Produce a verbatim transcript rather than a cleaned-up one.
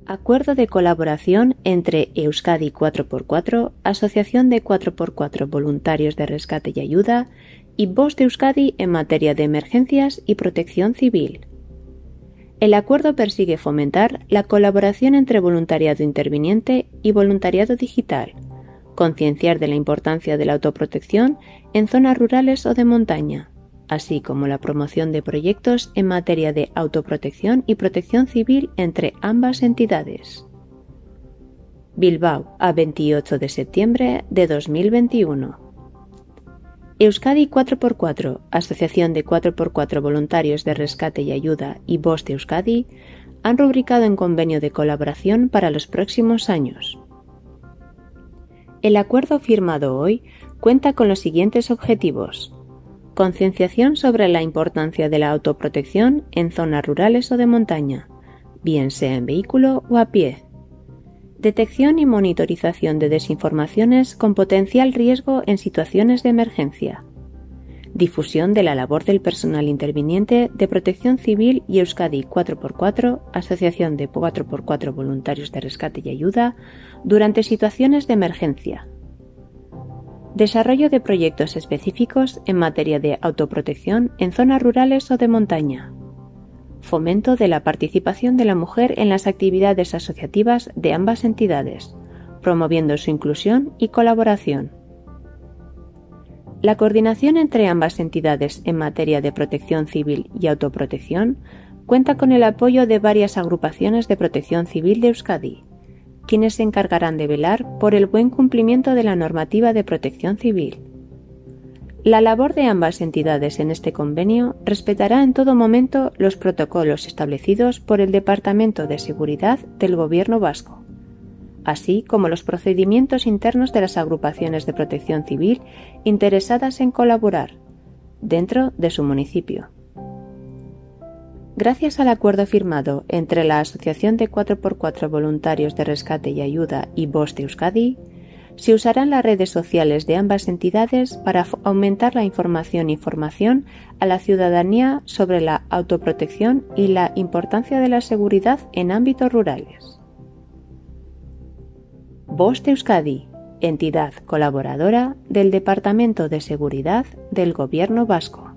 Acuerdo de colaboración entre Euskadi cuatro por cuatro, Asociación de cuatro por cuatro Voluntarios de Rescate y Ayuda y Voz de Euskadi en materia de emergencias y protección civil. El acuerdo persigue fomentar la colaboración entre voluntariado interviniente y voluntariado digital, concienciar de la importancia de la autoprotección en zonas rurales o de montaña, así como la promoción de proyectos en materia de autoprotección y protección civil entre ambas entidades. Bilbao, a veintiocho de septiembre de dos mil veintiuno. Euskadi cuatro por cuatro, Asociación de cuatro por cuatro Voluntarios de Rescate y Ayuda y Voz de Euskadi, han rubricado un convenio de colaboración para los próximos años. El acuerdo firmado hoy cuenta con los siguientes objetivos: concienciación sobre la importancia de la autoprotección en zonas rurales o de montaña, bien sea en vehículo o a pie. Detección y monitorización de desinformaciones con potencial riesgo en situaciones de emergencia. Difusión de la labor del personal interviniente de Protección Civil y Euskadi cuatro por cuatro, Asociación de cuatro por cuatro Voluntarios de Rescate y Ayuda, durante situaciones de emergencia. Desarrollo de proyectos específicos en materia de autoprotección en zonas rurales o de montaña. Fomento de la participación de la mujer en las actividades asociativas de ambas entidades, promoviendo su inclusión y colaboración. La coordinación entre ambas entidades en materia de protección civil y autoprotección cuenta con el apoyo de varias agrupaciones de protección civil de Euskadi, quienes se encargarán de velar por el buen cumplimiento de la normativa de protección civil. La labor de ambas entidades en este convenio respetará en todo momento los protocolos establecidos por el Departamento de Seguridad del Gobierno vasco, así como los procedimientos internos de las agrupaciones de protección civil interesadas en colaborar, dentro de su municipio. Gracias al acuerdo firmado entre la Asociación de cuatro por cuatro Voluntarios de Rescate y Ayuda y Voz de Euskadi, se usarán las redes sociales de ambas entidades para aumentar la información y formación a la ciudadanía sobre la autoprotección y la importancia de la seguridad en ámbitos rurales. Voz de Euskadi, entidad colaboradora del Departamento de Seguridad del Gobierno vasco.